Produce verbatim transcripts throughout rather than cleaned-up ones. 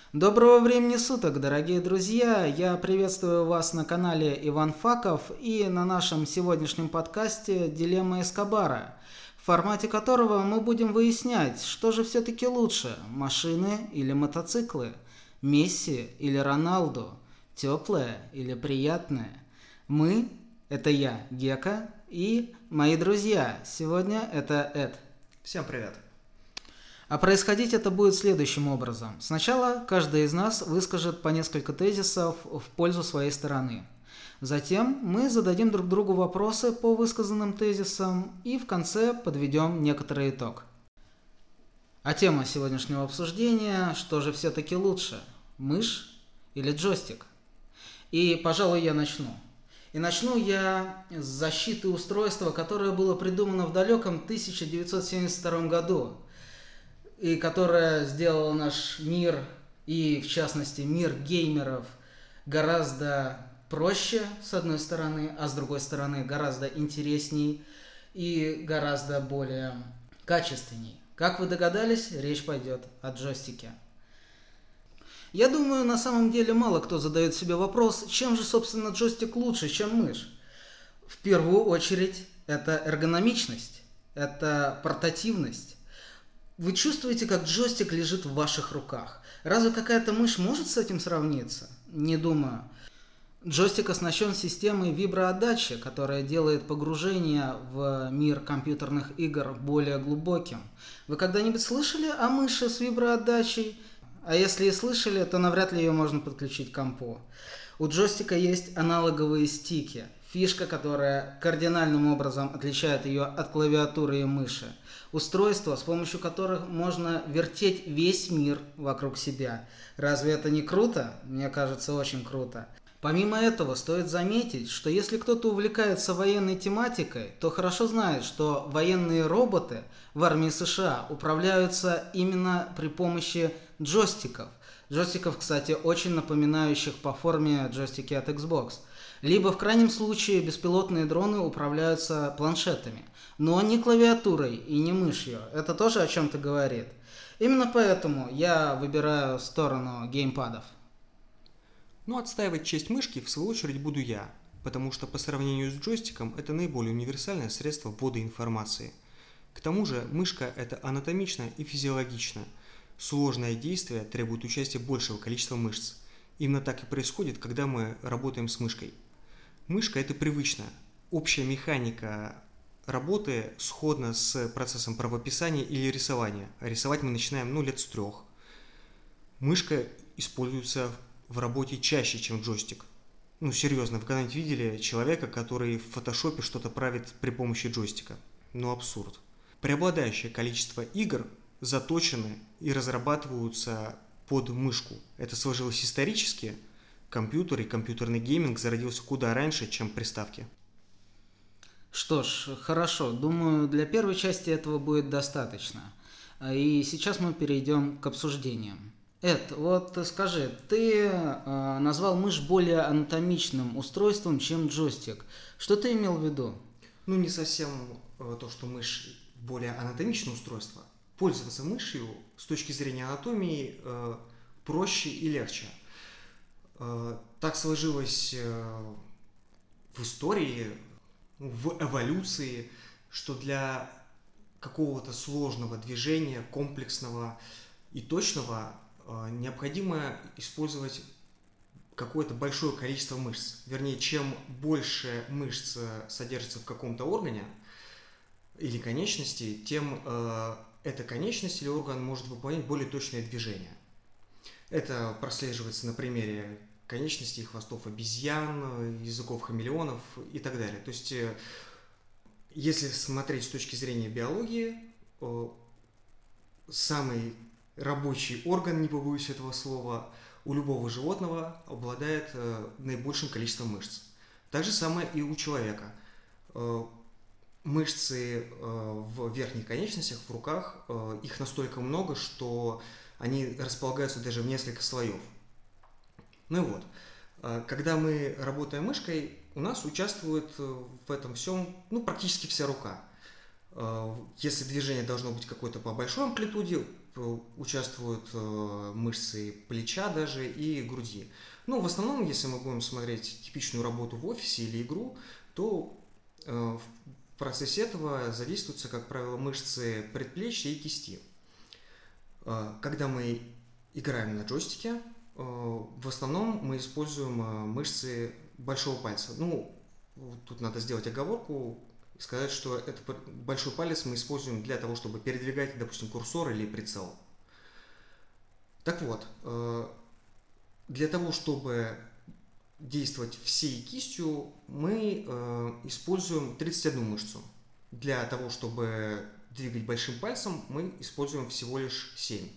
Доброго времени суток, дорогие друзья! Я приветствую вас на канале Иван Факов и на нашем сегодняшнем подкасте «Дилемма Эскобара», в формате которого мы будем выяснять, что же все-таки лучше – машины или мотоциклы, Месси или Роналду, теплое или приятное. Мы – это я, Гека, и мои друзья. Сегодня это Эд. Всем привет! А происходить это будет следующим образом. Сначала каждый из нас выскажет по несколько тезисов в пользу своей стороны. Затем мы зададим друг другу вопросы по высказанным тезисам и в конце подведем некоторый итог. А тема сегодняшнего обсуждения – что же все-таки лучше – мышь или джойстик? И, пожалуй, я начну. И начну я с защиты устройства, которое было придумано в далеком тысяча девятьсот семьдесят втором году. И которая сделала наш мир, и в частности мир геймеров, гораздо проще, с одной стороны, а с другой стороны гораздо интересней и гораздо более качественней. Как вы догадались, речь пойдет о джойстике. Я думаю, на самом деле мало кто задает себе вопрос, чем же, собственно, джойстик лучше, чем мышь. В первую очередь, это эргономичность, это портативность. Вы чувствуете, как джойстик лежит в ваших руках. Разве какая-то мышь может с этим сравниться? Не думаю. Джойстик оснащен системой виброотдачи, которая делает погружение в мир компьютерных игр более глубоким. Вы когда-нибудь слышали о мыши с виброотдачей? А если и слышали, то навряд ли ее можно подключить к компу. У джойстика есть аналоговые стики. Фишка, которая кардинальным образом отличает ее от клавиатуры и мыши. Устройства, с помощью которых можно вертеть весь мир вокруг себя. Разве это не круто? Мне кажется, очень круто. Помимо этого, стоит заметить, что если кто-то увлекается военной тематикой, то хорошо знает, что военные роботы в армии США управляются именно при помощи джойстиков. Джойстиков, кстати, очень напоминающих по форме джойстики от Xbox. Либо, в крайнем случае, беспилотные дроны управляются планшетами. Но не клавиатурой и не мышью. Это тоже о чем-то говорит. Именно поэтому я выбираю сторону геймпадов. Но отстаивать честь мышки, в свою очередь, буду я, потому что по сравнению с джойстиком это наиболее универсальное средство ввода информации. К тому же мышка – это анатомично и физиологично. Сложное действие требует участия большего количества мышц. Именно так и происходит, когда мы работаем с мышкой. Мышка – это привычно. Общая механика работы сходна с процессом правописания или рисования. А рисовать мы начинаем ну, лет с трех. Мышка используется в работе чаще, чем джойстик. Ну, серьезно, вы когда-нибудь видели человека, который в фотошопе что-то правит при помощи джойстика? Ну, абсурд. Преобладающее количество игр заточены и разрабатываются под мышку. Это сложилось исторически. Компьютер и компьютерный гейминг зародился куда раньше, чем приставки. Что ж, хорошо. Думаю, для первой части этого будет достаточно. И сейчас мы перейдем к обсуждениям. Эд, вот скажи, ты э, назвал мышь более анатомичным устройством, чем джойстик. Что ты имел в виду? Ну, не совсем э, то, что мышь более анатомичное устройство. Пользоваться мышью с точки зрения анатомии э, проще и легче. Э, так сложилось э, в истории, в эволюции, что для какого-то сложного движения, комплексного и точного, э, необходимо использовать какое-то большое количество мышц. Вернее, чем больше мышц содержится в каком-то органе или конечности, тем э, эта конечность или орган может выполнять более точные движения. Это прослеживается на примере конечностей и хвостов обезьян, языков хамелеонов и так далее. То есть, если смотреть с точки зрения биологии, самый рабочий орган, не побоюсь этого слова, у любого животного обладает наибольшим количеством мышц. Так же самое и у человека. Мышцы в верхних конечностях, в руках, их настолько много, что они располагаются даже в несколько слоев. Ну и вот, когда мы работаем мышкой, у нас участвует в этом всем ну, практически вся рука. Если движение должно быть какой-то по большой амплитуде, участвуют мышцы плеча даже и груди. Но в основном, если мы будем смотреть типичную работу в офисе или игру, то в процессе этого задействуются, как правило, мышцы предплечья и кисти. Когда мы играем на джойстике, в основном мы используем мышцы большого пальца. Ну, тут надо сделать оговорку, сказать, что этот большой палец мы используем для того, чтобы передвигать, допустим, курсор или прицел. Так вот, для того, чтобы действовать всей кистью, мы используем тридцать одну мышцу. Для того, чтобы двигать большим пальцем, мы используем всего лишь семь.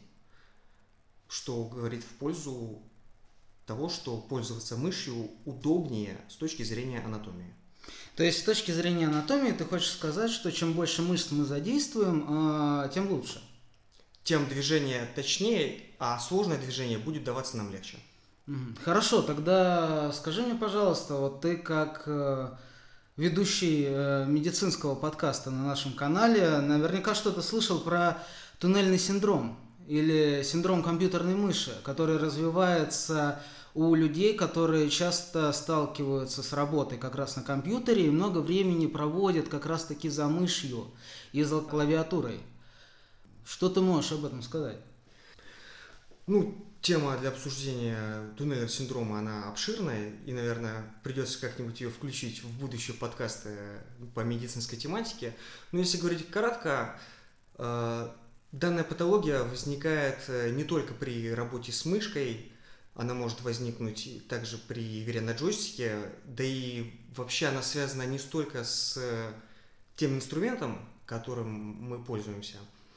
Что говорит в пользу того, что пользоваться мышью удобнее с точки зрения анатомии. То есть с точки зрения анатомии ты хочешь сказать, что чем больше мышц мы задействуем, тем лучше? Тем движение точнее, а сложное движение будет даваться нам легче. Хорошо, тогда скажи мне, пожалуйста, вот ты как ведущий медицинского подкаста на нашем канале наверняка что-то слышал про туннельный синдром или синдром компьютерной мыши, который развивается у людей, которые часто сталкиваются с работой как раз на компьютере и много времени проводят как раз таки за мышью и за клавиатурой. Что ты можешь об этом сказать? Ну, тема для обсуждения туннельного синдрома, она обширная, и, наверное, придется как-нибудь ее включить в будущие подкасты по медицинской тематике. Но если говорить кратко, данная патология возникает не только при работе с мышкой, она может возникнуть также при игре на джойстике, да и вообще она связана не столько с тем инструментом, которым мы пользуемся,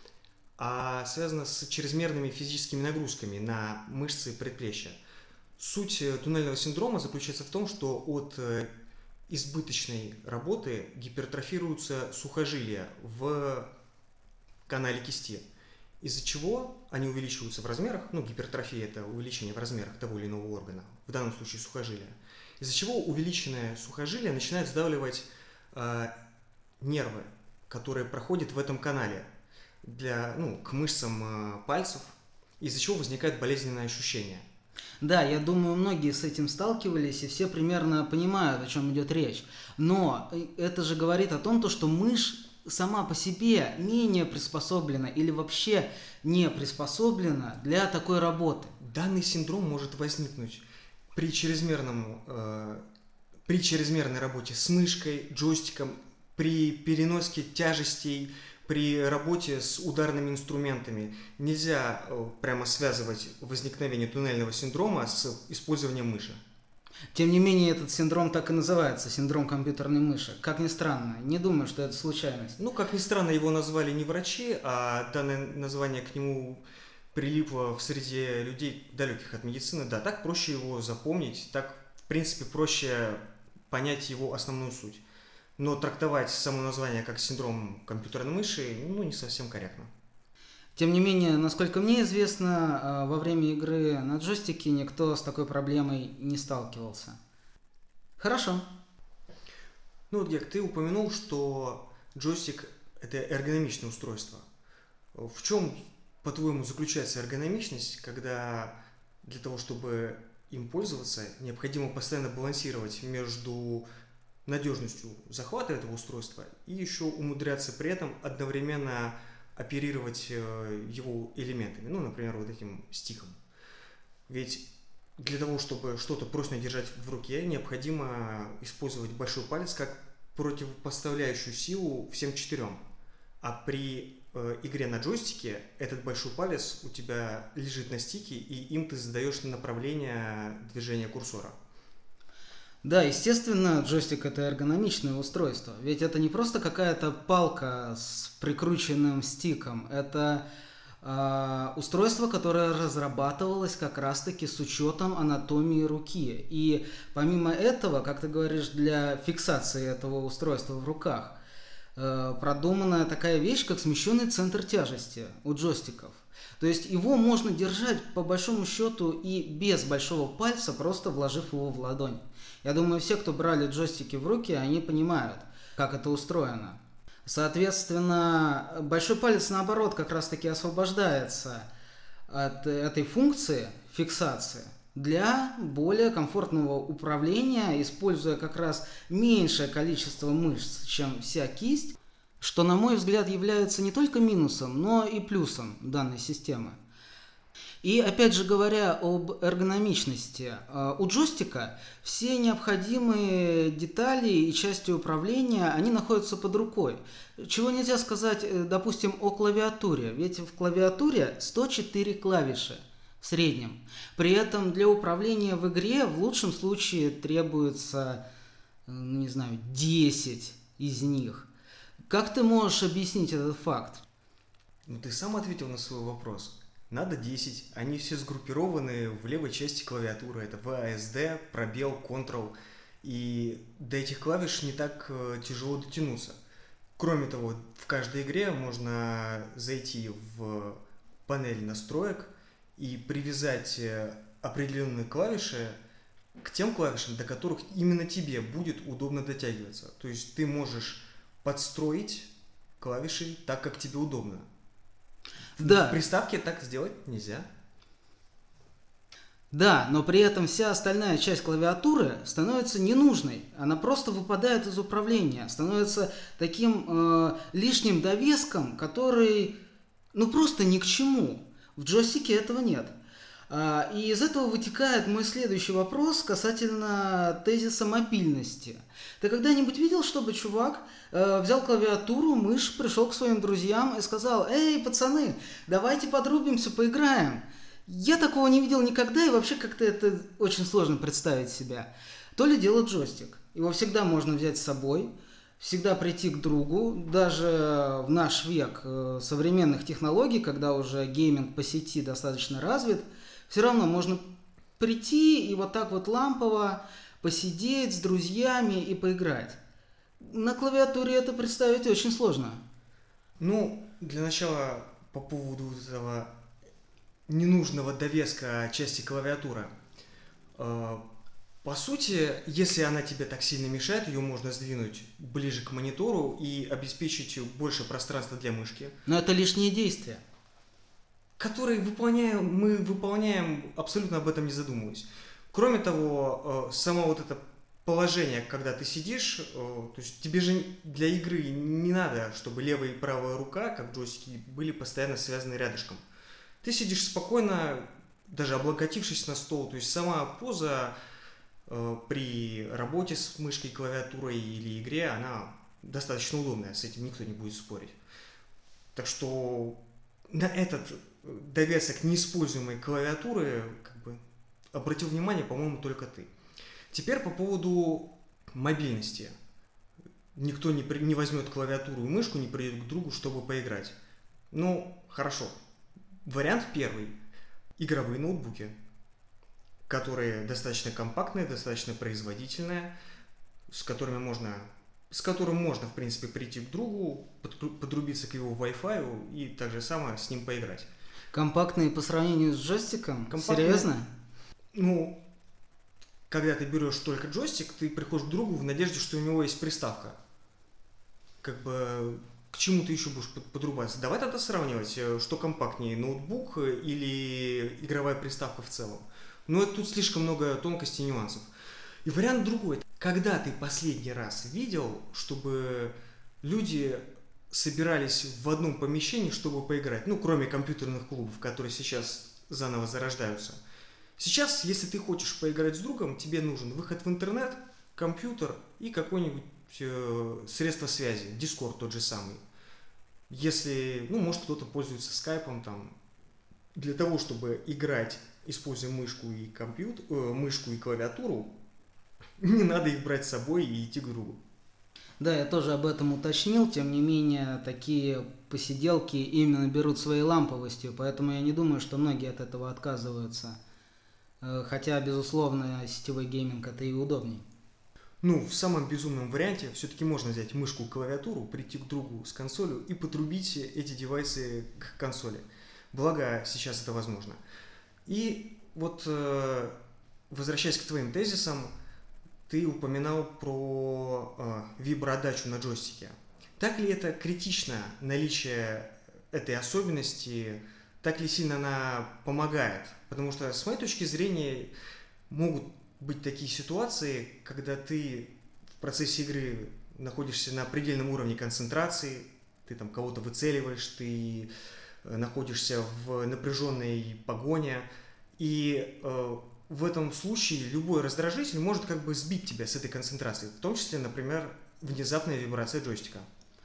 а связана с чрезмерными физическими нагрузками на мышцы предплечья. Суть туннельного синдрома заключается в том, что от избыточной работы гипертрофируются сухожилия в канале кисти, из-за чего они увеличиваются в размерах, ну, гипертрофия – это увеличение в размерах того или иного органа, в данном случае сухожилия, из-за чего увеличенное сухожилие начинает сдавливать э, нервы, которые проходят в этом канале для, ну, к мышцам э, пальцев, из-за чего возникает болезненное ощущение. Да, я думаю, многие с этим сталкивались, и все примерно понимают, о чем идет речь. Но это же говорит о том, что мышь сама по себе менее приспособлена или вообще не приспособлена для такой работы. Данный синдром может возникнуть при, чрезмерном, э, при чрезмерной работе с мышкой, джойстиком, при переноске тяжестей, при работе с ударными инструментами. Нельзя э, прямо связывать возникновение туннельного синдрома с использованием мыши. Тем не менее, этот синдром так и называется, синдром компьютерной мыши. Как ни странно, не думаю, что это случайность. Ну, как ни странно, его назвали не врачи, а данное название к нему прилипло в среде людей, далеких от медицины. Да, так проще его запомнить, так, в принципе, проще понять его основную суть. Но трактовать само название как синдром компьютерной мыши, ну, не совсем корректно. Тем не менее, насколько мне известно, во время игры на джойстике никто с такой проблемой не сталкивался. Хорошо. Ну вот, Гек, ты упомянул, что джойстик – это эргономичное устройство. В чем, по-твоему, заключается эргономичность, когда для того, чтобы им пользоваться, необходимо постоянно балансировать между надежностью захвата этого устройства и еще умудряться при этом одновременно оперировать его элементами, ну, например, вот этим стиком. Ведь для того, чтобы что-то прочно держать в руке, необходимо использовать большой палец как противопоставляющую силу всем четырем. А при э, игре на джойстике этот большой палец у тебя лежит на стике, и им ты задаешь направление движения курсора. Да, естественно, джойстик – это эргономичное устройство, ведь это не просто какая-то палка с прикрученным стиком, это э, устройство, которое разрабатывалось как раз-таки с учетом анатомии руки. И помимо этого, как ты говоришь, для фиксации этого устройства в руках э, продумана такая вещь, как смещенный центр тяжести у джойстиков. То есть его можно держать по большому счету и без большого пальца, просто вложив его в ладонь. Я думаю, все, кто брали джойстики в руки, они понимают, как это устроено. Соответственно, большой палец, наоборот, как раз-таки освобождается от этой функции фиксации для более комфортного управления, используя как раз меньшее количество мышц, чем вся кисть, что, на мой взгляд, является не только минусом, но и плюсом данной системы. И опять же говоря об эргономичности, у джойстика все необходимые детали и части управления, они находятся под рукой. Чего нельзя сказать, допустим, о клавиатуре, ведь в клавиатуре сто четыре клавиши в среднем. При этом для управления в игре в лучшем случае требуется, не знаю, десять из них. Как ты можешь объяснить этот факт? Ну ты сам ответил на свой вопрос. Надо десять, они все сгруппированы в левой части клавиатуры. Это ви эс ди, пробел, Ctrl. И до этих клавиш не так тяжело дотянуться. Кроме того, в каждой игре можно зайти в панель настроек и привязать определенные клавиши к тем клавишам, до которых именно тебе будет удобно дотягиваться. То есть ты можешь подстроить клавиши так, как тебе удобно. Да. В приставке так сделать нельзя. Да, но при этом вся остальная часть клавиатуры становится ненужной. Она просто выпадает из управления, становится таким э, лишним довеском, который ну просто ни к чему. В джойстике этого нет. А, и из этого вытекает мой следующий вопрос касательно тезиса мобильности. Ты когда-нибудь видел, чтобы чувак э, взял клавиатуру, мышь, пришел к своим друзьям и сказал: «Эй, пацаны, давайте подрубимся, поиграем». Я такого не видел никогда, и вообще как-то это очень сложно представить себя. То ли дело джойстик. Его всегда можно взять с собой, всегда прийти к другу. Даже в наш век э, современных технологий, когда уже гейминг по сети достаточно развит, все равно можно прийти и вот так вот лампово посидеть с друзьями и поиграть. На клавиатуре это представить очень сложно. Ну, для начала по поводу этого ненужного довеска части клавиатуры. По сути, если она тебе так сильно мешает, ее можно сдвинуть ближе к монитору и обеспечить больше пространства для мышки. Но это лишние действия, которые выполняем, мы выполняем, абсолютно об этом не задумываясь. Кроме того, само вот это положение, когда ты сидишь, то есть тебе же для игры не надо, чтобы левая и правая рука, как в джойстике, были постоянно связаны рядышком. Ты сидишь спокойно, даже облокотившись на стол, то есть сама поза э, при работе с мышкой, клавиатурой или игре, она достаточно удобная, с этим никто не будет спорить. Так что на этот довесок неиспользуемой клавиатуры как бы обратил внимание, по-моему, только ты. Теперь по поводу мобильности. Никто не, при, не возьмет клавиатуру и мышку, не придет к другу, чтобы поиграть. Ну, хорошо. Вариант первый. Игровые ноутбуки, которые достаточно компактные, достаточно производительные, с которыми можно, с которым можно, в принципе, прийти к другу, подрубиться к его Wi-Fi и так же самое с ним поиграть. Компактные по сравнению с джойстиком? Компактные, серьезно? Ну, когда ты берешь только джойстик, ты приходишь к другу в надежде, что у него есть приставка. Как бы... К чему ты еще будешь подрубаться? Давай тогда сравнивать, что компактнее, ноутбук или игровая приставка в целом. Но тут слишком много тонкостей и нюансов. И вариант другой. Когда ты последний раз видел, чтобы люди собирались в одном помещении, чтобы поиграть? Ну, кроме компьютерных клубов, которые сейчас заново зарождаются. Сейчас, если ты хочешь поиграть с другом, тебе нужен выход в интернет, компьютер и какой-нибудь средства связи, Discord тот же самый. Если, ну, может, кто-то пользуется скайпом там, для того, чтобы играть, используя мышку и компьютер, э, мышку и клавиатуру, не надо их брать с собой и идти к другу. Да, я тоже об этом уточнил, тем не менее, такие посиделки именно берут своей ламповостью, поэтому я не думаю, что многие от этого отказываются. Хотя, безусловно, сетевой гейминг это и удобней. Ну, в самом безумном варианте все-таки можно взять мышку и клавиатуру, прийти к другу с консолью и подрубить эти девайсы к консоли. Благо, сейчас это возможно. И вот, возвращаясь к твоим тезисам, ты упоминал про виброотдачу на джойстике. Так ли это критично, наличие этой особенности, так ли сильно она помогает? Потому что, с моей точки зрения, могут быть такие ситуации, когда ты в процессе игры находишься на предельном уровне концентрации, ты там кого-то выцеливаешь, ты находишься в напряженной погоне, и э, в этом случае любой раздражитель может как бы сбить тебя с этой концентрации, в том числе, например, внезапная вибрация джойстика.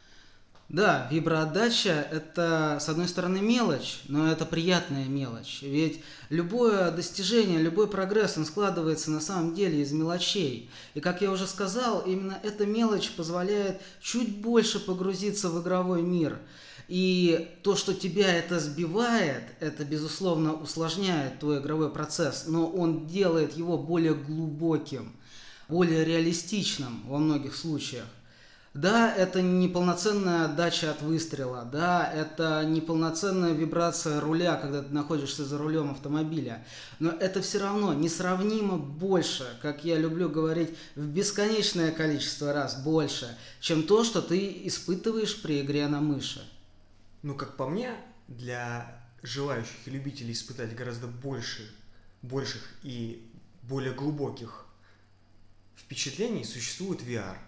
Да, виброотдача – это, с одной стороны, мелочь, но это приятная мелочь. Ведь любое достижение, любой прогресс, он складывается на самом деле из мелочей. И, как я уже сказал, именно эта мелочь позволяет чуть больше погрузиться в игровой мир. И то, что тебя это сбивает, это, безусловно, усложняет твой игровой процесс, но он делает его более глубоким, более реалистичным во многих случаях. Да, это неполноценная отдача от выстрела, да, это неполноценная вибрация руля, когда ты находишься за рулем автомобиля, но это все равно несравнимо больше, как я люблю говорить, в бесконечное количество раз больше, чем то, что ты испытываешь при игре на мыши. Ну, как по мне, для желающих и любителей испытать гораздо больше, больших и более глубоких впечатлений существует ви ар.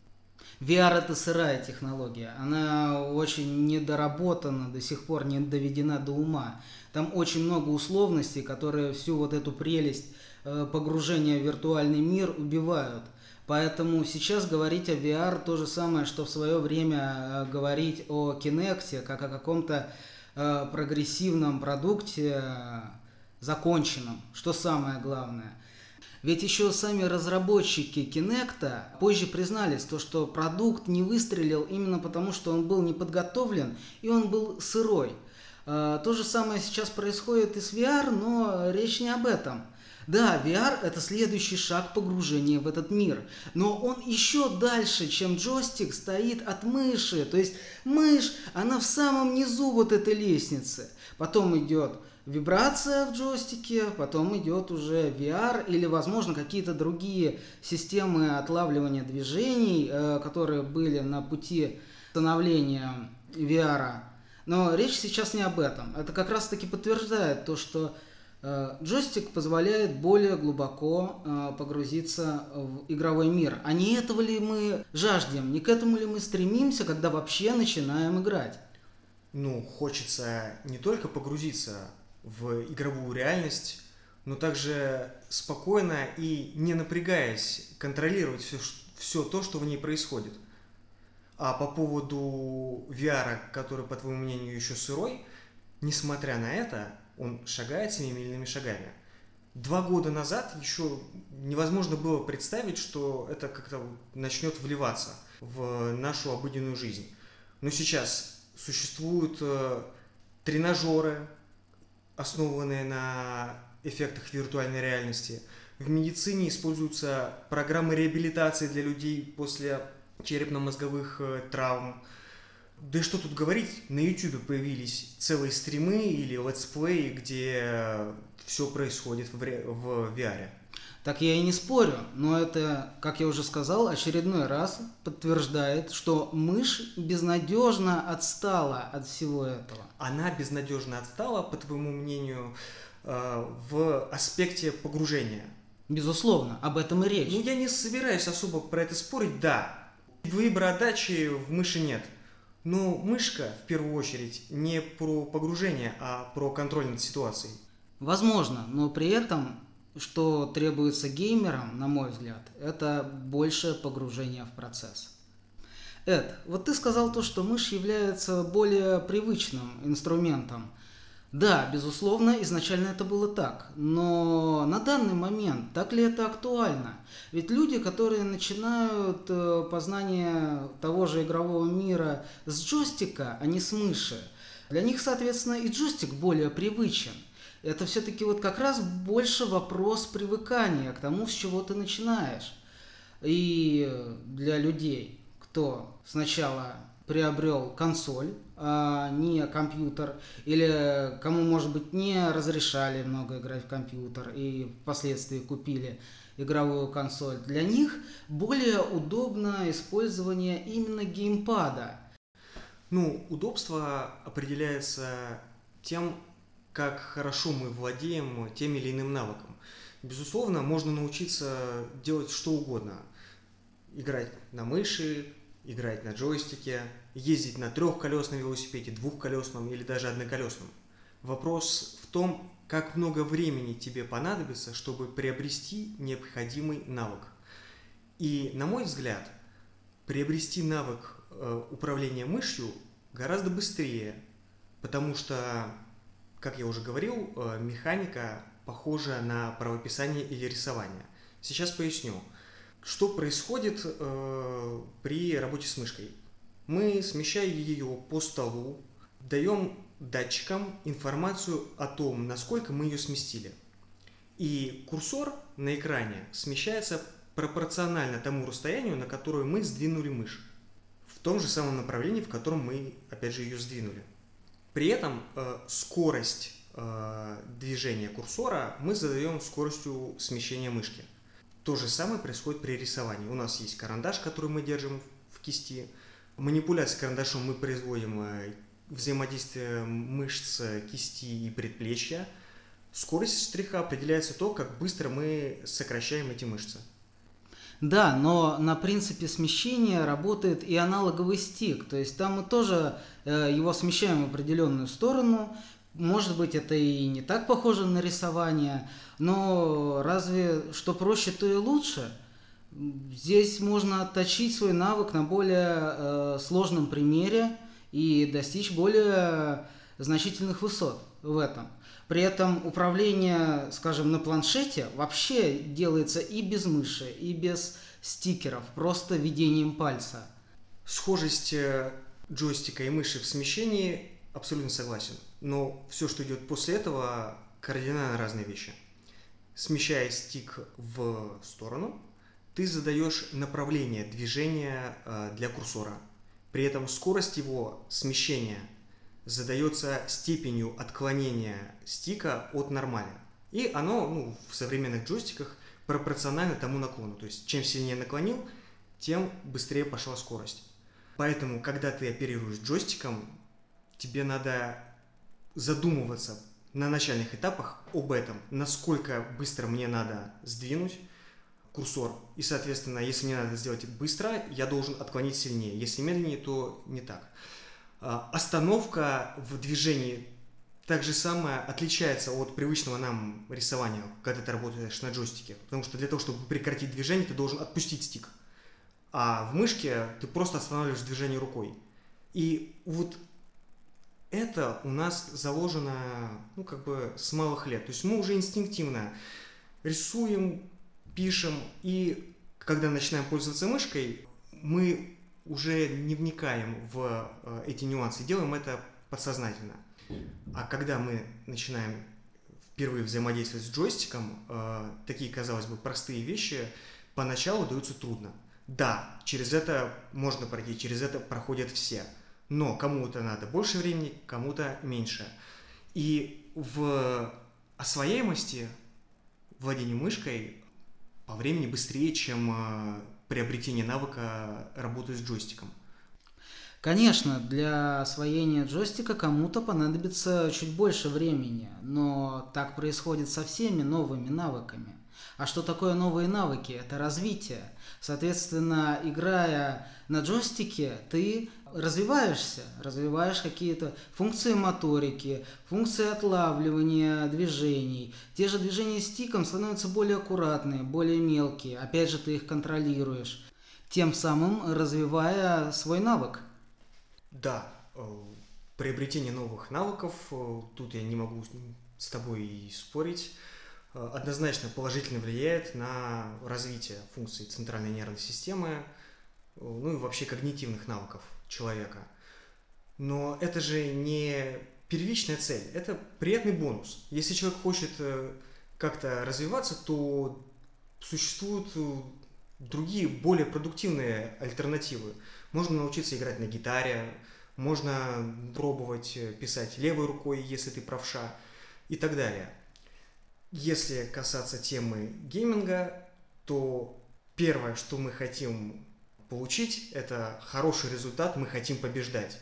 ви ар – это сырая технология, она очень недоработана, до сих пор не доведена до ума. Там очень много условностей, которые всю вот эту прелесть погружения в виртуальный мир убивают. Поэтому сейчас говорить о ви ар то же самое, что в свое время говорить о Kinect, как о каком-то прогрессивном продукте, законченном, что самое главное. Ведь еще сами разработчики Kinect позже признались, то, что продукт не выстрелил именно потому, что он был не подготовлен и он был сырой. То же самое сейчас происходит и с ви ар, но речь не об этом. Да, ви ар – это следующий шаг погружения в этот мир, но он еще дальше, чем джойстик, стоит от мыши. То есть мышь, она в самом низу вот этой лестницы. Потом идет вибрация в джойстике, потом идет уже ви ар или, возможно, какие-то другие системы отлавливания движений, которые были на пути становления ви ар. Но речь сейчас не об этом. Это как раз-таки подтверждает то, что джойстик позволяет более глубоко погрузиться в игровой мир. А не этого ли мы жаждем, не к этому ли мы стремимся, когда вообще начинаем играть? Ну, хочется не только погрузиться в игровую реальность, но также спокойно и не напрягаясь контролировать все, все то, что в ней происходит. А по поводу ви ар, который, по твоему мнению, еще сырой, несмотря на это, он шагает семимильными шагами. Два года назад еще невозможно было представить, что это как-то начнет вливаться в нашу обыденную жизнь. Но сейчас существуют тренажеры, основанные на эффектах виртуальной реальности. В медицине используются программы реабилитации для людей после черепно-мозговых травм. Да и что тут говорить, на YouTube появились целые стримы или летсплеи, где все происходит в ви ар. Так я и не спорю, но это, как я уже сказал, очередной раз подтверждает, что мышь безнадежно отстала от всего этого. Она безнадежно отстала, по твоему мнению, в аспекте погружения? Безусловно, об этом и речь. Ну, я не собираюсь особо про это спорить, да. Виброотдачи в мыши нет. Но мышка, в первую очередь, не про погружение, а про контроль над ситуацией. Возможно, но при этом, что требуется геймерам, на мой взгляд, это большее погружение в процесс. Эд, вот ты сказал то, что мышь является более привычным инструментом. Да, безусловно, изначально это было так, но на данный момент так ли это актуально? Ведь люди, которые начинают познание того же игрового мира с джойстика, а не с мыши, для них, соответственно, и джойстик более привычен. Это все-таки вот как раз больше вопрос привыкания к тому, с чего ты начинаешь. И для людей, кто сначала приобрел консоль, а не компьютер, или кому, может быть, не разрешали много играть в компьютер и впоследствии купили игровую консоль, для них более удобно использование именно геймпада. Ну, удобство определяется тем, как хорошо мы владеем тем или иным навыком. Безусловно, можно научиться делать что угодно. Играть на мыши, играть на джойстике, ездить на трехколесном велосипеде, двухколесном или даже одноколесном. Вопрос в том, как много времени тебе понадобится, чтобы приобрести необходимый навык. И, на мой взгляд, приобрести навык э, управления мышью гораздо быстрее, потому что, как я уже говорил, э, механика похожа на правописание или рисование. Сейчас поясню. Что происходит э, при работе с мышкой? Мы, смещая ее по столу, даем датчикам информацию о том, насколько мы ее сместили. И курсор на экране смещается пропорционально тому расстоянию, на которое мы сдвинули мышь. В том же самом направлении, в котором мы, опять же, ее сдвинули. При этом э, скорость э, движения курсора мы задаем скоростью смещения мышки. То же самое происходит при рисовании. У нас есть карандаш, который мы держим в кисти. Манипуляцией карандашом мы производим взаимодействие мышц кисти и предплечья. Скорость штриха определяется то, как быстро мы сокращаем эти мышцы. Да, но на принципе смещения работает и аналоговый стик. То есть там мы тоже э, его смещаем в определенную сторону. Может быть, это и не так похоже на рисование, но разве что проще, то и лучше. Здесь можно отточить свой навык на более э, сложном примере и достичь более значительных высот в этом. При этом управление, скажем, на планшете вообще делается и без мыши, и без стикеров, просто ведением пальца. Схожесть джойстика и мыши в смещении абсолютно согласен. Но все, что идет после этого, кардинально разные вещи. Смещая стик в сторону, ты задаешь направление движения для курсора. При этом скорость его смещения задается степенью отклонения стика от нормали. И оно ну, в современных джойстиках пропорционально тому наклону. То есть чем сильнее наклонил, тем быстрее пошла скорость. Поэтому, когда ты оперируешь джойстиком, тебе надо задумываться на начальных этапах об этом, насколько быстро мне надо сдвинуть курсор. И, соответственно, если мне надо сделать это быстро, я должен отклонить сильнее. Если медленнее, то не так. Остановка в движении так же самое отличается от привычного нам рисования, когда ты работаешь на джойстике. Потому что для того, чтобы прекратить движение, ты должен отпустить стик. А в мышке ты просто останавливаешь движение рукой. И вот это у нас заложено ну, как бы с малых лет. То есть мы уже инстинктивно рисуем, пишем, и когда начинаем пользоваться мышкой, мы уже не вникаем в эти нюансы, делаем это подсознательно. А когда мы начинаем впервые взаимодействовать с джойстиком, такие, казалось бы, простые вещи поначалу даются трудно. Да, через это можно пройти, через это проходят все. Но кому-то надо больше времени, кому-то меньше. И в освояемости владения мышкой по времени быстрее, чем приобретение навыка работы с джойстиком. Конечно, для освоения джойстика кому-то понадобится чуть больше времени, но так происходит со всеми новыми навыками. А что такое новые навыки? Это развитие. Соответственно, играя на джойстике, ты развиваешься, развиваешь какие-то функции моторики, функции отлавливания движений. Те же движения стиком становятся более аккуратные, более мелкие. Опять же, ты их контролируешь, тем самым развивая свой навык. Да, приобретение новых навыков, тут я не могу с тобой и спорить, однозначно положительно влияет на развитие функций центральной нервной системы, ну и вообще когнитивных навыков человека. Но это же не первичная цель, это приятный бонус. Если человек хочет как-то развиваться, то существуют другие более продуктивные альтернативы. Можно научиться играть на гитаре, можно пробовать писать левой рукой, если ты правша, и так далее. Если касаться темы гейминга, то первое, что мы хотим получить, это хороший результат, мы хотим побеждать.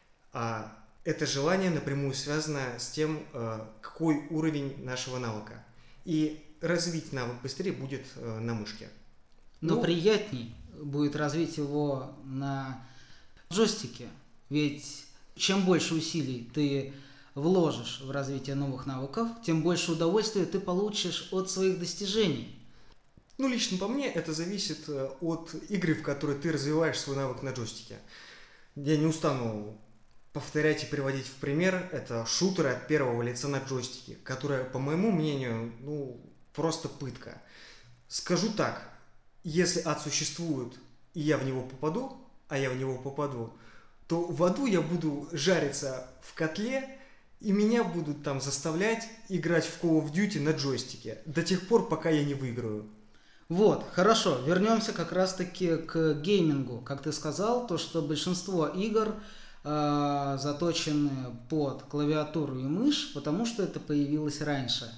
А это желание напрямую связано с тем, какой уровень нашего навыка. И развить навык быстрее будет на мышке. Но ну, приятней будет развить его на джойстике. Ведь чем больше усилий ты вложишь в развитие новых навыков, тем больше удовольствия ты получишь от своих достижений. Ну, лично по мне, это зависит от игры, в которой ты развиваешь свой навык на джойстике. Я не устану повторять и приводить в пример. Это шутеры от первого лица на джойстике, которые, по моему мнению, ну, просто пытка. Скажу так, если ад существует, и я в него попаду, а я в него попаду, то в аду я буду жариться в котле, и меня будут там заставлять играть в Call of Duty на джойстике до тех пор, пока я не выиграю. Вот, хорошо, вернемся как раз-таки к геймингу. Как ты сказал, то, что большинство игр э, заточены под клавиатуру и мышь, потому что это появилось раньше.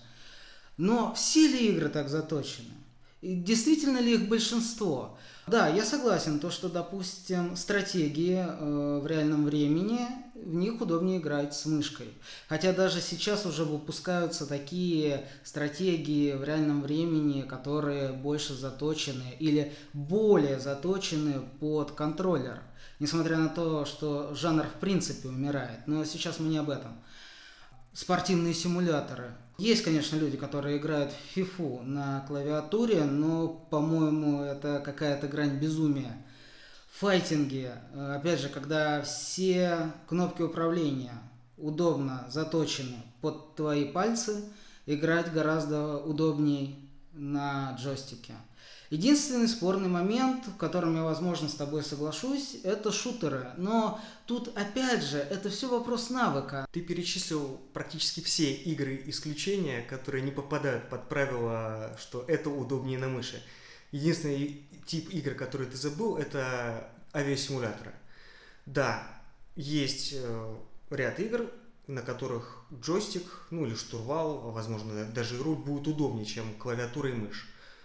Но все ли игры так заточены? И действительно ли их большинство? Да, я согласен, то, что, допустим, стратегии э, в реальном времени, в них удобнее играть с мышкой. Хотя даже сейчас уже выпускаются такие стратегии в реальном времени, которые больше заточены или более заточены под контроллер. Несмотря на то, что жанр в принципе умирает. Но сейчас мы не об этом. Спортивные симуляторы. Есть, конечно, люди, которые играют в фифу на клавиатуре, но, по-моему, это какая-то грань безумия. Файтинги, опять же, когда все кнопки управления удобно заточены под твои пальцы, играть гораздо удобнее на джойстике. Единственный спорный момент, в котором я, возможно, с тобой соглашусь, это шутеры. Но тут, опять же, это все вопрос навыка. Ты перечислил практически все игры исключения, которые не попадают под правило, что это удобнее на мыши. Единственный тип игр, который ты забыл, это авиасимуляторы. Да, есть ряд игр, на которых джойстик, ну или штурвал, возможно, даже руль будет удобнее, чем клавиатура и мышь.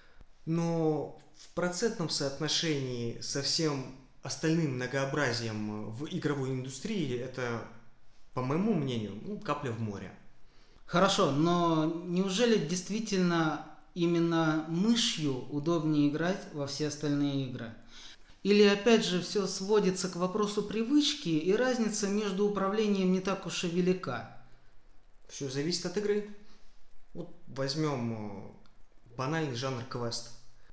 Но в процентном соотношении со всем остальным многообразием в игровой индустрии это, по моему мнению, ну, капля в море. Хорошо, но неужели действительно именно мышью удобнее играть во все остальные игры? Или опять же все сводится к вопросу привычки, и разница между управлением не так уж и велика? Все зависит от игры. Вот возьмем банальный жанр квест,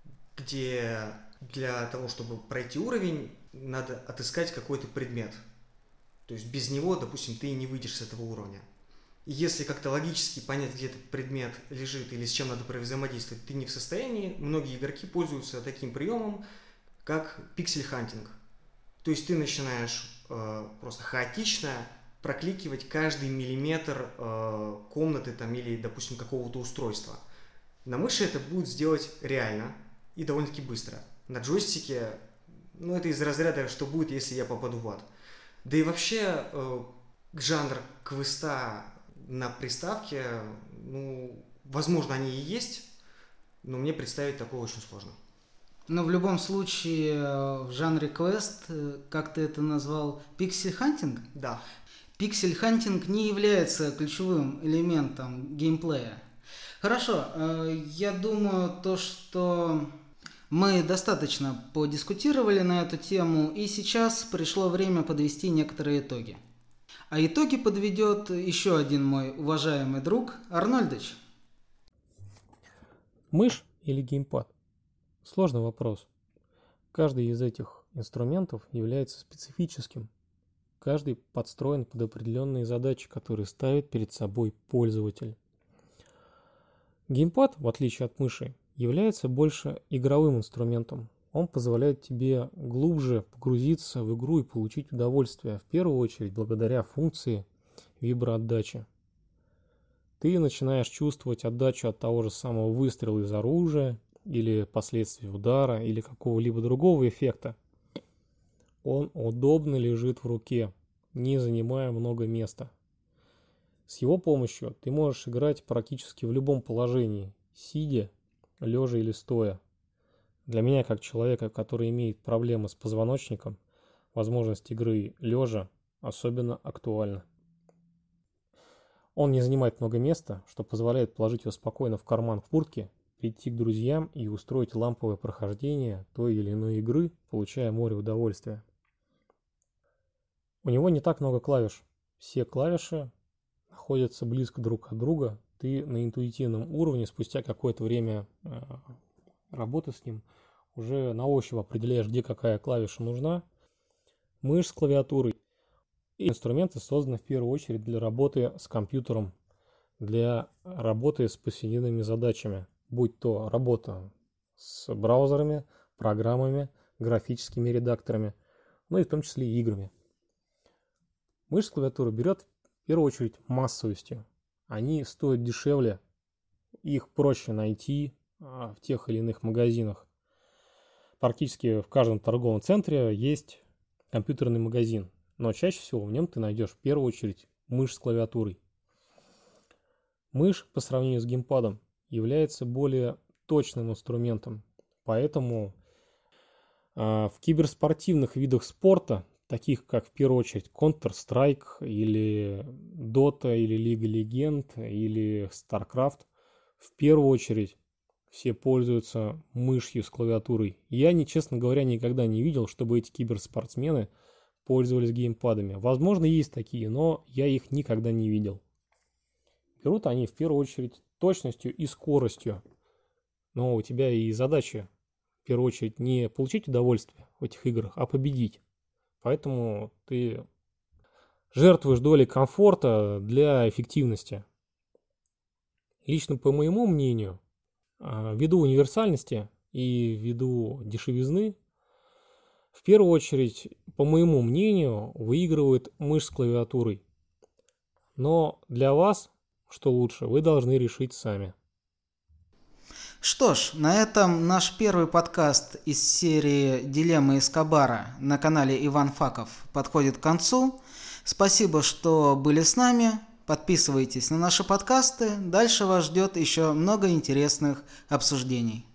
где для того, чтобы пройти уровень, надо отыскать какой-то предмет. То есть без него, допустим, ты не выйдешь с этого уровня. И если как-то логически понять, где этот предмет лежит или с чем надо взаимодействовать, ты не в состоянии, многие игроки пользуются таким приемом, как пиксель-хантинг. То есть ты начинаешь э, просто хаотично прокликивать каждый миллиметр э, комнаты там, или, допустим, какого-то устройства. На мыши это будет сделать реально и довольно-таки быстро. На джойстике, ну, это из разряда, что будет, если я попаду в ад. Да и вообще, э, жанр квеста на приставке, ну, возможно, они и есть, но мне представить такое очень сложно. Но в любом случае в жанре квест, как ты это назвал, пиксель-хантинг? Да. Пиксель-хантинг не является ключевым элементом геймплея. Хорошо, я думаю, то, что мы достаточно подискутировали на эту тему, и сейчас пришло время подвести некоторые итоги. А итоги подведет еще один мой уважаемый друг Арнольдыч. Мышь или геймпад? Сложный вопрос. Каждый из этих инструментов является специфическим. Каждый подстроен под определенные задачи, которые ставит перед собой пользователь. Геймпад, в отличие от мыши, является больше игровым инструментом. Он позволяет тебе глубже погрузиться в игру и получить удовольствие, в первую очередь благодаря функции виброотдачи. Ты начинаешь чувствовать отдачу от того же самого выстрела из оружия или последствий удара, или какого-либо другого эффекта. Он удобно лежит в руке, не занимая много места. С его помощью ты можешь играть практически в любом положении, сидя, лежа или стоя. Для меня, как человека, который имеет проблемы с позвоночником, возможность игры лежа особенно актуальна. Он не занимает много места, что позволяет положить его спокойно в карман куртки, прийти к друзьям и устроить ламповое прохождение той или иной игры, получая море удовольствия. У него не так много клавиш. Все клавиши находятся близко друг от друга. Ты на интуитивном уровне спустя какое-то время э, работы с ним уже на ощупь определяешь, где какая клавиша нужна. Мышь с клавиатурой. И инструменты созданы в первую очередь для работы с компьютером, для работы с повседневными задачами, будь то работа с браузерами, программами, графическими редакторами, ну и в том числе и играми. Мышь с клавиатурой берет в первую очередь массовостью. Они стоят дешевле, их проще найти в тех или иных магазинах. Практически в каждом торговом центре есть компьютерный магазин, но чаще всего в нем ты найдешь в первую очередь мышь с клавиатурой. Мышь по сравнению с геймпадом является более точным инструментом, поэтому э, в киберспортивных видах спорта, таких как в первую очередь Counter-Strike или Dota или Лига Легенд или StarCraft, в первую очередь все пользуются мышью с клавиатурой. Я, не, честно говоря, никогда не видел, чтобы эти киберспортсмены пользовались геймпадами. Возможно, есть такие, но я их никогда не видел. Берут они в первую очередь точностью и скоростью. Но у тебя и задача в первую очередь не получить удовольствие в этих играх, а победить. Поэтому ты жертвуешь долей комфорта для эффективности. Лично по моему мнению, ввиду универсальности и ввиду дешевизны, в первую очередь, по моему мнению, выигрывает мышь с клавиатурой. Но для вас, что лучше, вы должны решить сами. Что ж, на этом наш первый подкаст из серии «Дилеммы Эскобара» на канале Иван Факов подходит к концу. Спасибо, что были с нами. Подписывайтесь на наши подкасты. Дальше вас ждет еще много интересных обсуждений.